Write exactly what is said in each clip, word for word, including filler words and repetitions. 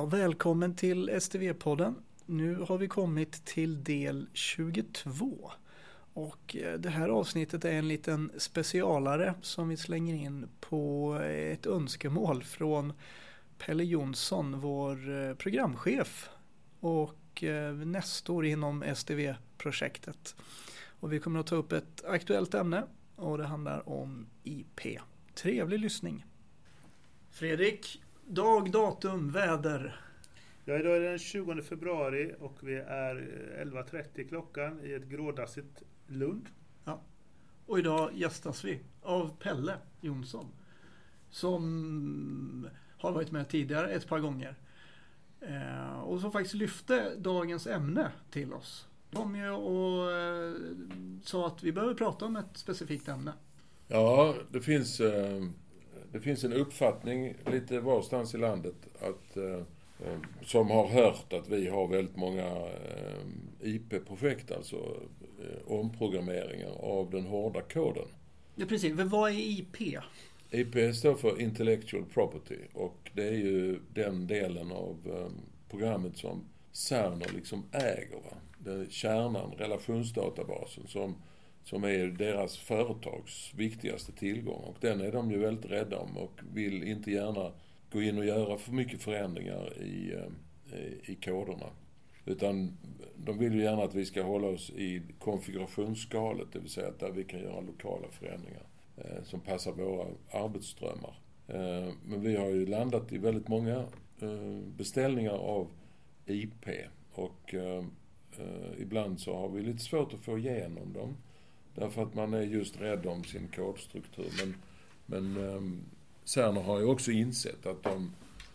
Ja, välkommen till S T V-podden. Nu har vi kommit till del tjugotvå och det här avsnittet är en liten specialare som vi slänger in på ett önskemål från Pelle Jonsson, vår programchef och nestor inom S T V-projektet. Och vi kommer att ta upp ett aktuellt ämne och det handlar om I P. Trevlig lyssning. Fredrik, dag, datum, väder. Ja, idag är det den tjugonde februari och vi är elva trettio klockan i ett grådassigt Lund. Ja. Och idag gästas vi av Pelle Jonsson som har varit med tidigare ett par gånger eh, och som faktiskt lyfte dagens ämne till oss. De ju och eh, sa att vi behöver prata om ett specifikt ämne. Ja, det finns, eh, det finns en uppfattning lite varstans i landet att, eh, som har hört att vi har väldigt många eh, I P-projekt, alltså eh, omprogrammeringar av den hårda koden. Ja, precis. Men vad är I P? I P står för Intellectual Property och det är ju den delen av eh, programmet som Cerner liksom äger. Va? Det är kärnan, relationsdatabasen som som är deras företags viktigaste tillgång. Och den är de ju väldigt rädda om och vill inte gärna gå in och göra för mycket förändringar i, i koderna. Utan de vill ju gärna att vi ska hålla oss i konfigurationsskalet, det vill säga att där vi kan göra lokala förändringar eh, som passar våra arbetsströmmar. Eh, men vi har ju landat i väldigt många eh, beställningar av I P och eh, ibland så har vi lite svårt att få igenom dem. Därför att man är just rädd om sin kodstruktur. Men, men um, Cerner har ju också insett att de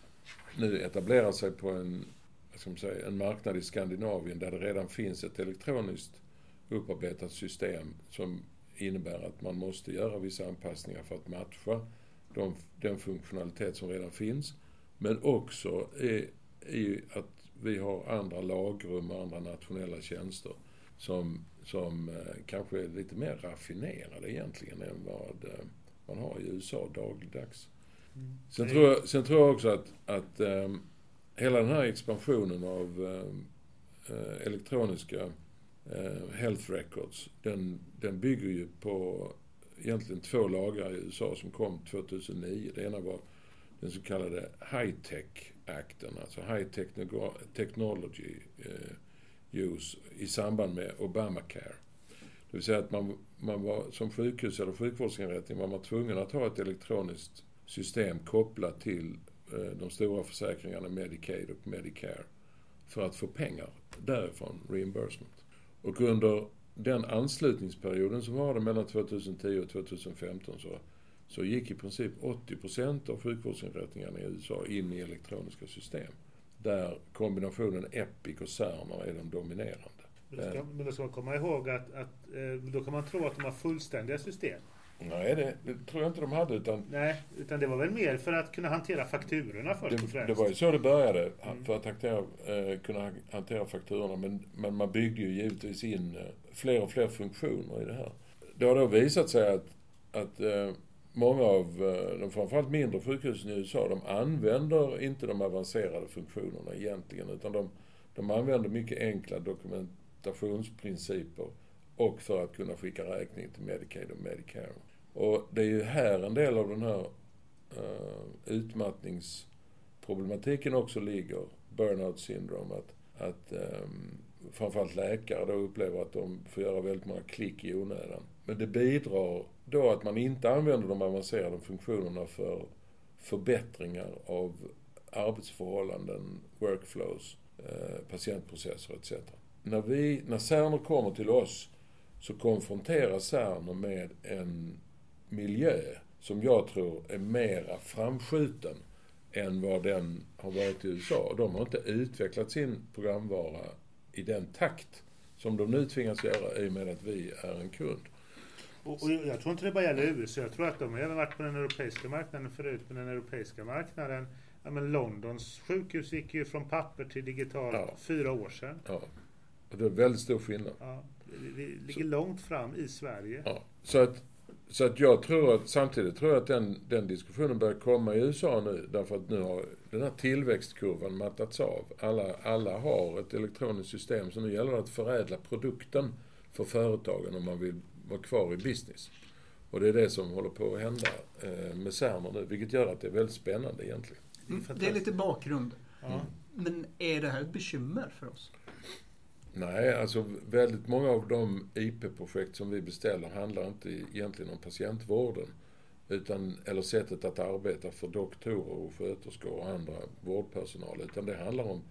nu etablerar sig på en, vad ska man säga, en marknad i Skandinavien där det redan finns ett elektroniskt upparbetat system som innebär att man måste göra vissa anpassningar för att matcha de, den funktionalitet som redan finns. Men också är, är att vi har andra lagrum och andra nationella tjänster som, som eh, kanske är lite mer raffinerade egentligen än vad eh, man har i U S A dagligdags. Mm. Sen, tror jag, sen tror jag också att, att eh, hela den här expansionen av eh, elektroniska eh, health records, den, den bygger ju på egentligen två lagar i U S A som kom tjugohundranio. Det ena var den så kallade High-Tech-akten, alltså High Technology eh, Use i samband med Obamacare. Det vill säga att man, man var som sjukhus eller sjukvårdsinrättning var man tvungen att ha ett elektroniskt system kopplat till eh, de stora försäkringarna Medicaid och Medicare för att få pengar därifrån, reimbursement. Och under den anslutningsperioden som var det mellan tjugohundratio och tjugohundrafemton så så gick i princip åttio procent av sjukvårdsinrättningarna i U S A in i elektroniska system. Där kombinationen Epic och Cerner är de dominerande. Men då ska, men då ska man komma ihåg att, att då kan man tro att de har fullständiga system. Nej, det, det tror jag inte de hade. Utan, Nej, utan det var väl mer för att kunna hantera fakturorna först det, och främst. Det var ju så det började, mm. för att hantera, eh, kunna hantera fakturorna. Men, men man byggde ju givetvis in eh, fler och fler funktioner i det här. Det har då visat sig att, att eh, många av de framförallt mindre sjukhusen i U S A, de använder inte de avancerade funktionerna egentligen, utan de, de använder mycket enkla dokumentationsprinciper och för att kunna skicka räkning till Medicaid och Medicare. Och det är ju här en del av den här uh, utmattningsproblematiken också ligger, burnout syndrome, att, att um, framförallt läkare då upplever att de får göra väldigt många klick i onödan. Men det bidrar då att man inte använder de avancerade funktionerna för förbättringar av arbetsförhållanden, workflows, eh, patientprocesser et cetera. När, vi, när Cerner kommer till oss så konfronteras Cerner med en miljö som jag tror är mera framskjuten än vad den har varit i U S A. De har inte utvecklat sin programvara i den takt som de nu tvingas göra i och med att vi är en kund. Och, och jag tror inte det bara gäller U S A. Jag tror att de har även varit på den europeiska marknaden förut. På den europeiska marknaden, ja, men Londons sjukhus gick ju från papper till digital ja. fyra år sedan. Ja, och det är väldigt stor skillnad. Ja, vi, vi ligger så långt fram i Sverige. Ja, så att Så att jag tror att, samtidigt tror jag att den, den diskussionen börjar komma i U S A nu. Därför att nu har den här tillväxtkurvan mattats av. Alla, alla har ett elektroniskt system, så nu gäller det att förädla produkten för företagen om man vill vara kvar i business. Och det är det som håller på att hända eh, med Cerner nu, vilket gör att det är väldigt spännande egentligen. Mm, det är lite bakgrund. Ja. Men är det här ett bekymmer för oss? Nej, alltså väldigt många av de I P-projekt som vi beställer handlar inte egentligen om patientvården, utan, eller sättet att arbeta för doktorer och sköterskor och andra vårdpersonal, utan det handlar om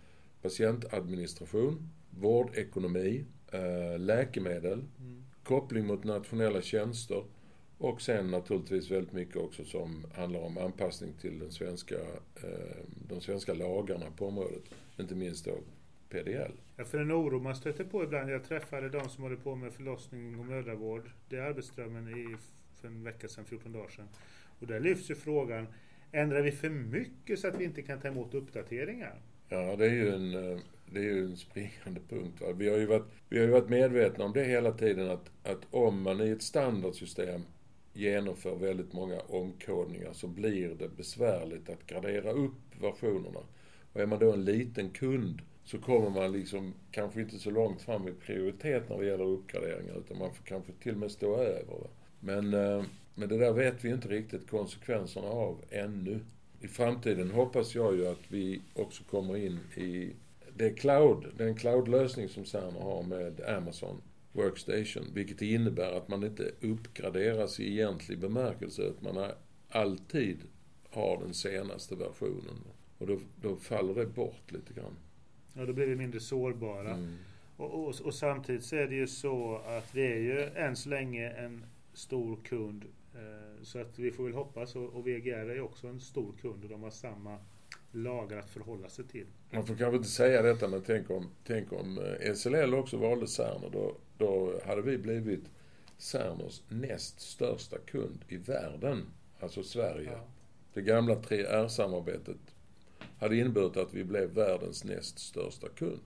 patientadministration, vårdekonomi, äh, läkemedel, mm. koppling mot nationella tjänster och sen naturligtvis väldigt mycket också som handlar om anpassning till den svenska, äh, de svenska lagarna på området, inte minst då P D L. Ja, för en oro man stöter på ibland. Jag träffade de som håller på med förlossning och mödravård. Det är arbetsströmmen i för en vecka sedan, fjorton dagar sedan. Och där lyfts ju frågan, ändrar vi för mycket så att vi inte kan ta emot uppdateringar? Ja, det är ju en, det är ju en springande punkt. Va? Vi har ju varit, vi har ju varit medvetna om det hela tiden, att, att om man i ett standardsystem genomför väldigt många omkodningar så blir det besvärligt att gradera upp versionerna. Och är man då en liten kund så kommer man liksom kanske inte så långt fram i prioritet när det gäller uppgraderingar, utan man får kanske till och med stå över. Va? Men, men det där vet vi inte riktigt konsekvenserna av ännu. I framtiden hoppas jag ju att vi också kommer in i det cloud, den cloudlösning som Cerner har med Amazon Workstation, vilket innebär att man inte uppgraderas i egentlig bemärkelse, att man alltid har den senaste versionen. Och då, då faller det bort lite grann. Ja, då blir vi mindre sårbara. Mm. Och, och, och samtidigt så är det ju så att vi är ju än så länge en stor kund. Eh, så att vi får väl hoppas, och, och V G R är ju också en stor kund och de har samma lagar att förhålla sig till. Man får kanske inte säga detta, men tänk om, tänk om S L L också valde Cerner, då, då hade vi blivit Cerners näst största kund i världen, alltså Sverige. Ja. Det gamla tre R-samarbetet hade inneburit att vi blev världens näst största kund.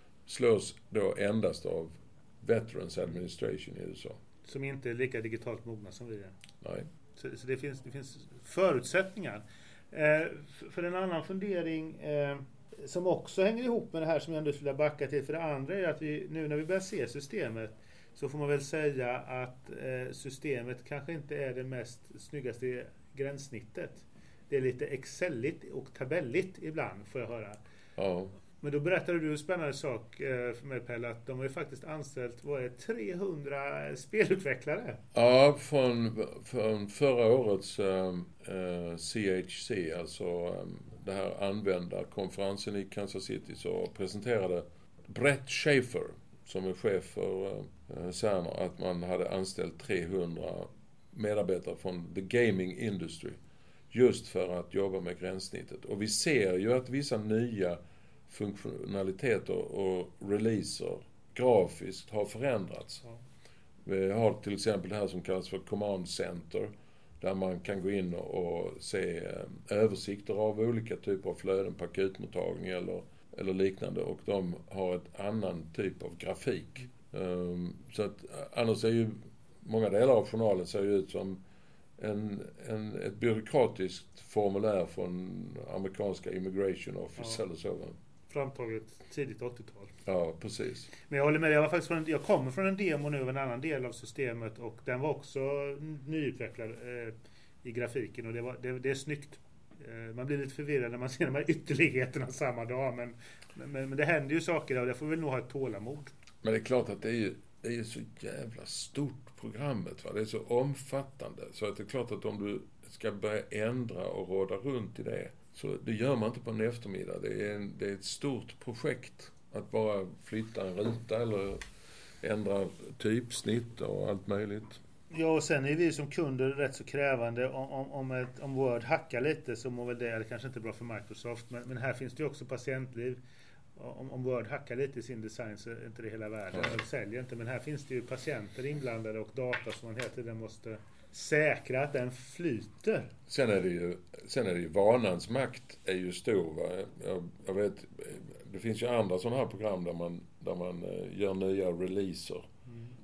Slås då endast av Veterans Administration i U S A. Som inte är lika digitalt mogna som vi är. Nej. Så, så det, finns, det finns förutsättningar. Eh, för en annan fundering eh, som också hänger ihop med det här, som jag ändå skulle backa till. För det andra är att vi, nu när vi börjar se systemet, så får man väl säga att eh, systemet kanske inte är det mest snyggaste gränssnittet. Det är lite excelligt och tabelligt ibland, får jag höra. Ja. Men då berättade du en spännande sak för mig, Pelle, att de har ju faktiskt anställt, vad är det, trehundra spelutvecklare? Ja, från, från förra årets äh, C H C, alltså äh, det här användarkonferensen i Kansas City, så presenterade Brett Schaefer, som är chef för äh, Cerner, att man hade anställt trehundra medarbetare från the gaming industry, just för att jobba med gränssnittet. Och vi ser ju att vissa nya funktionaliteter och releaser grafiskt har förändrats. Ja. Vi har till exempel det här som kallas för Command Center, där man kan gå in och se översikter av olika typer av flöden på akutmottagning eller, eller liknande, och de har ett annan typ av grafik. Um, så att annars är ju många delar av journalen ser ju ut som En, en, ett byråkratiskt formulär från amerikanska Immigration Office, ja, eller så. Framtaget tidigt åttiotal. Ja, precis. Men jag håller med dig, jag, var faktiskt från, jag kommer från en demo nu av en annan del av systemet, och den var också nyutvecklad eh, i grafiken, och det, var, det, det är snyggt. Eh, man blir lite förvirrad när man ser de här ytterligheterna samma dag, men, men, men det händer ju saker där, och det får väl nog ha ett tålamod. Men det är klart att det är ju det är så jävla stort programmet, va? Det är så omfattande, så att det är klart att om du ska börja ändra och råda runt i det, så det gör man inte på en eftermiddag. Det är, en, det är ett stort projekt att bara flytta en ruta eller ändra typsnitt och allt möjligt. Ja, och sen är vi som kunder rätt så krävande. Om, om, om, ett, om Word hackar lite så må väl det, det kanske inte är bra för Microsoft, men, men här finns det ju också patientliv. Om, om Word hackar lite i sin design så är inte det hela världen. Jag säljer inte, men här finns det ju patienter inblandade och data som man hela tiden måste säkra att den flyter. Sen är det ju, sen är det ju vanans makt är ju stor. Va? Jag, jag vet, det finns ju andra sådana här program där man, där man gör nya releaser. Mm.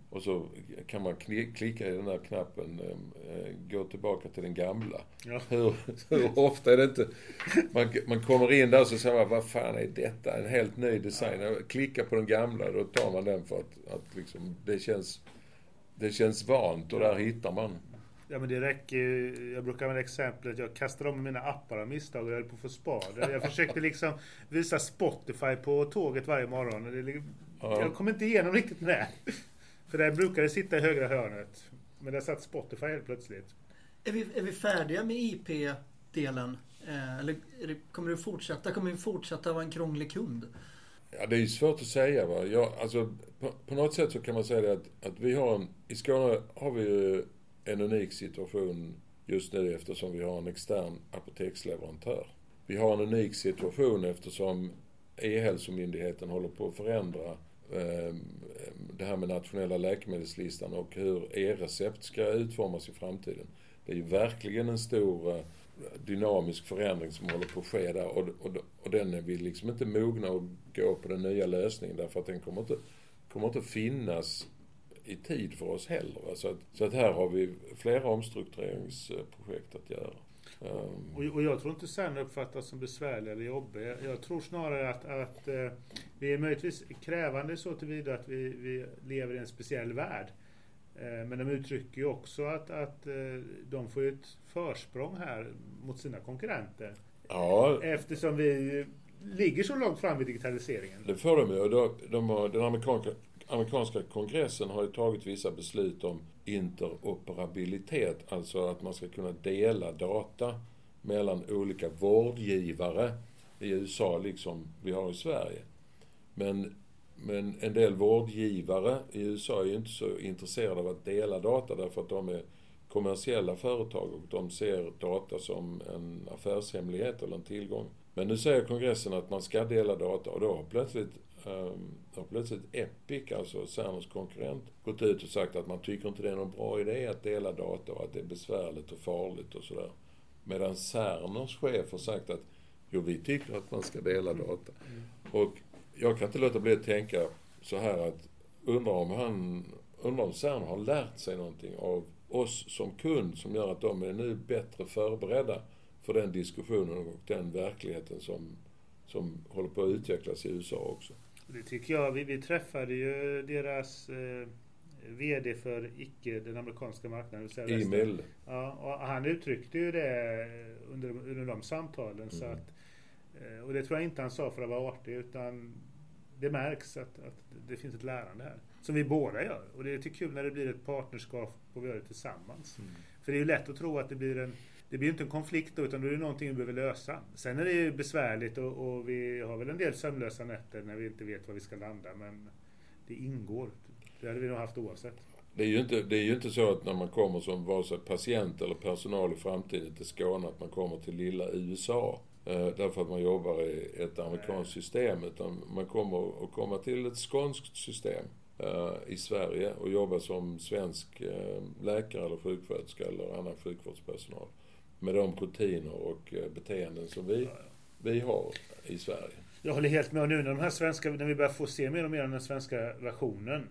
Och så kan man klicka i den här knappen, äh, gå tillbaka till den gamla. Ja. Hur, hur ofta är det inte... Man, man kommer in där och så säger man, vad fan är detta? En helt ny design. Ja. Klicka på den gamla, då tar man den för att, att liksom, det, känns, det känns vant och där hittar man. Ja, men det räcker. Jag brukar använda exemplet, jag kastade om mina appar av misstag och jag höll på att få spad. Jag försökte liksom visa Spotify på tåget varje morgon. Och det, ja. Jag kom inte igenom riktigt med det. För där brukar det sitta i högra hörnet. Men där satt Spotify helt plötsligt. Är vi, är vi färdiga med I P-delen? Eh, eller är det, kommer du fortsätta? Kommer vi fortsätta vara en krånglig kund? Ja, det är ju svårt att säga. Va? Jag, alltså, på, på något sätt så kan man säga det att, att vi har en... I Skåne har vi ju en unik situation just nu eftersom vi har en extern apoteksleverantör. Vi har en unik situation eftersom E-hälsomyndigheten håller på att förändra eh, det här med nationella läkemedelslistan och hur e-recept ska utformas i framtiden. Det är ju verkligen en stor eh, dynamisk förändring som håller på att ske där och, och, och den är vi liksom inte mogna att gå på den nya lösningen därför att den kommer inte, kommer inte finnas i tid för oss heller. Så att, så att här har vi flera omstruktureringsprojekt att göra. Um. Och, och jag tror inte sen uppfattas som besvärlig eller jobbig. Jag, jag tror snarare att, att eh, vi är möjligtvis krävande så tillvida att vi, vi lever i en speciell värld. Eh, men de uttrycker ju också att, att eh, de får ett försprång här mot sina konkurrenter. Ja. Eftersom vi ligger så långt fram i digitaliseringen. Det får de ju. De, de har, den amerikanska Amerikanska kongressen har ju tagit vissa beslut om interoperabilitet, alltså att man ska kunna dela data mellan olika vårdgivare i U S A liksom vi har i Sverige. Men, men en del vårdgivare i U S A är ju inte så intresserade av att dela data därför att de är kommersiella företag och de ser data som en affärshemlighet eller en tillgång. Men nu säger kongressen att man ska dela data och då har plötsligt Um, har plötsligt Epic, alltså Cerners konkurrent, gått ut och sagt att man tycker inte det är någon bra idé att dela data och att det är besvärligt och farligt och sådär. Medan Cerners chef har sagt att jo, vi tycker att man ska dela data. Mm. Och jag kan inte låta bli att tänka så här att undrar om han, undrar om Cerner har lärt sig någonting av oss som kund som gör att de är nu bättre förberedda för den diskussionen och den verkligheten som, som håller på att utvecklas i U S A också. Det tycker jag. Vi, vi träffade ju deras eh, vd för icke den amerikanska marknaden. E-mail. Ja, och han uttryckte ju det under, under de samtalen. Mm. Så att, eh, och det tror jag inte han sa för att vara artig, utan det märks att, att det finns ett lärande här. Som vi båda gör. Och det är till kul när det blir ett partnerskap och vi gör det tillsammans. Mm. För det är ju lätt att tro att det blir en Det blir inte en konflikt då, utan det är någonting vi behöver lösa. Sen är det ju besvärligt och, och vi har väl en del sömnlösa nätter när vi inte vet var vi ska landa. Men det ingår. Det hade vi nog haft oavsett. Det är ju inte, det är ju inte så att när man kommer som vare sig patient eller personal i framtiden till Skåne att man kommer till lilla U S A. Eh, därför att man jobbar i ett amerikanskt system. Utan man kommer att komma till ett skånskt system eh, i Sverige och jobba som svensk eh, läkare eller sjuksköterska eller annan sjukvårdspersonal. Med de rutiner och beteenden som vi, vi har i Sverige. Jag håller helt med. Och nu när, de här svenska, när vi börjar få se mer och mer av den svenska versionen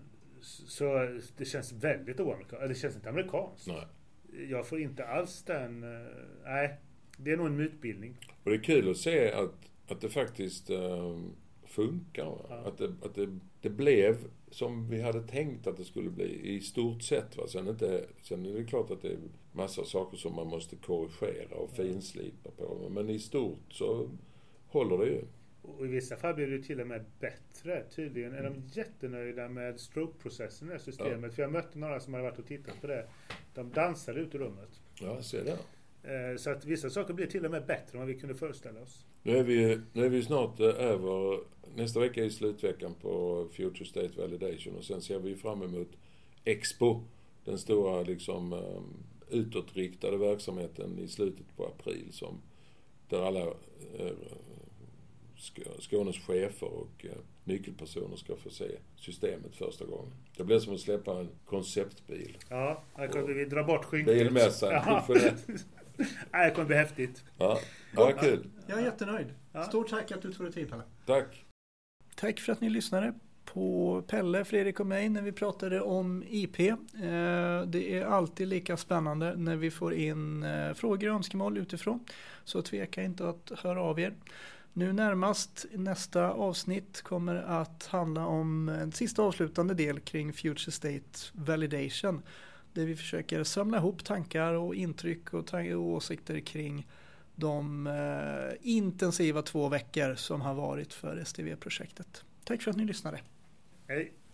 så det känns väldigt oamerikanskt. Det känns inte amerikanskt. Nej. Jag får inte alls den... Nej, det är nog en mytbildning. Och det är kul att se att, att det faktiskt äh, funkar. Ja. Att, det, att det, det blev som vi hade tänkt att det skulle bli i stort sett. Va? Sen, inte, sen är det klart att det är massa saker som man måste korrigera och finslipa på. Men i stort så håller det ju. Och i vissa fall blir det till och med bättre. Tydligen är de jättenöjda med stroke-processen i systemet. Ja. För jag mötte några som hade varit och tittat på det. De dansade ut i rummet. Ja, ser det. Så att vissa saker blir till och med bättre än vad vi kunde föreställa oss. Nu är vi, nu är vi snart över... Nästa vecka är slutveckan på Future State Validation och sen ser vi fram emot Expo. Den stora liksom utåtriktade verksamheten i slutet på april som där alla eh, Skånes chefer och eh, nyckelpersoner ska få se systemet första gången. Det blir som att släppa en konceptbil. Ja, här kommer vi dra bort skynket. Bilmässan. Nej, det kommer bli häftigt. Ja, ja kul. Jag är jättenöjd. Stort tack att du tog dig tid, Pelle. Tack. Tack för att ni lyssnade på Pelle, Fredrik och mig när vi pratade om I P. Det är alltid lika spännande när vi får in frågor och önskemål utifrån. Så tveka inte att höra av er. Nu närmast nästa avsnitt kommer att handla om en sista avslutande del kring Future State Validation. Där vi försöker samla ihop tankar och intryck och, tank- och åsikter kring de eh, intensiva två veckor som har varit för S D V-projektet. Tack för att ni lyssnade. Hej.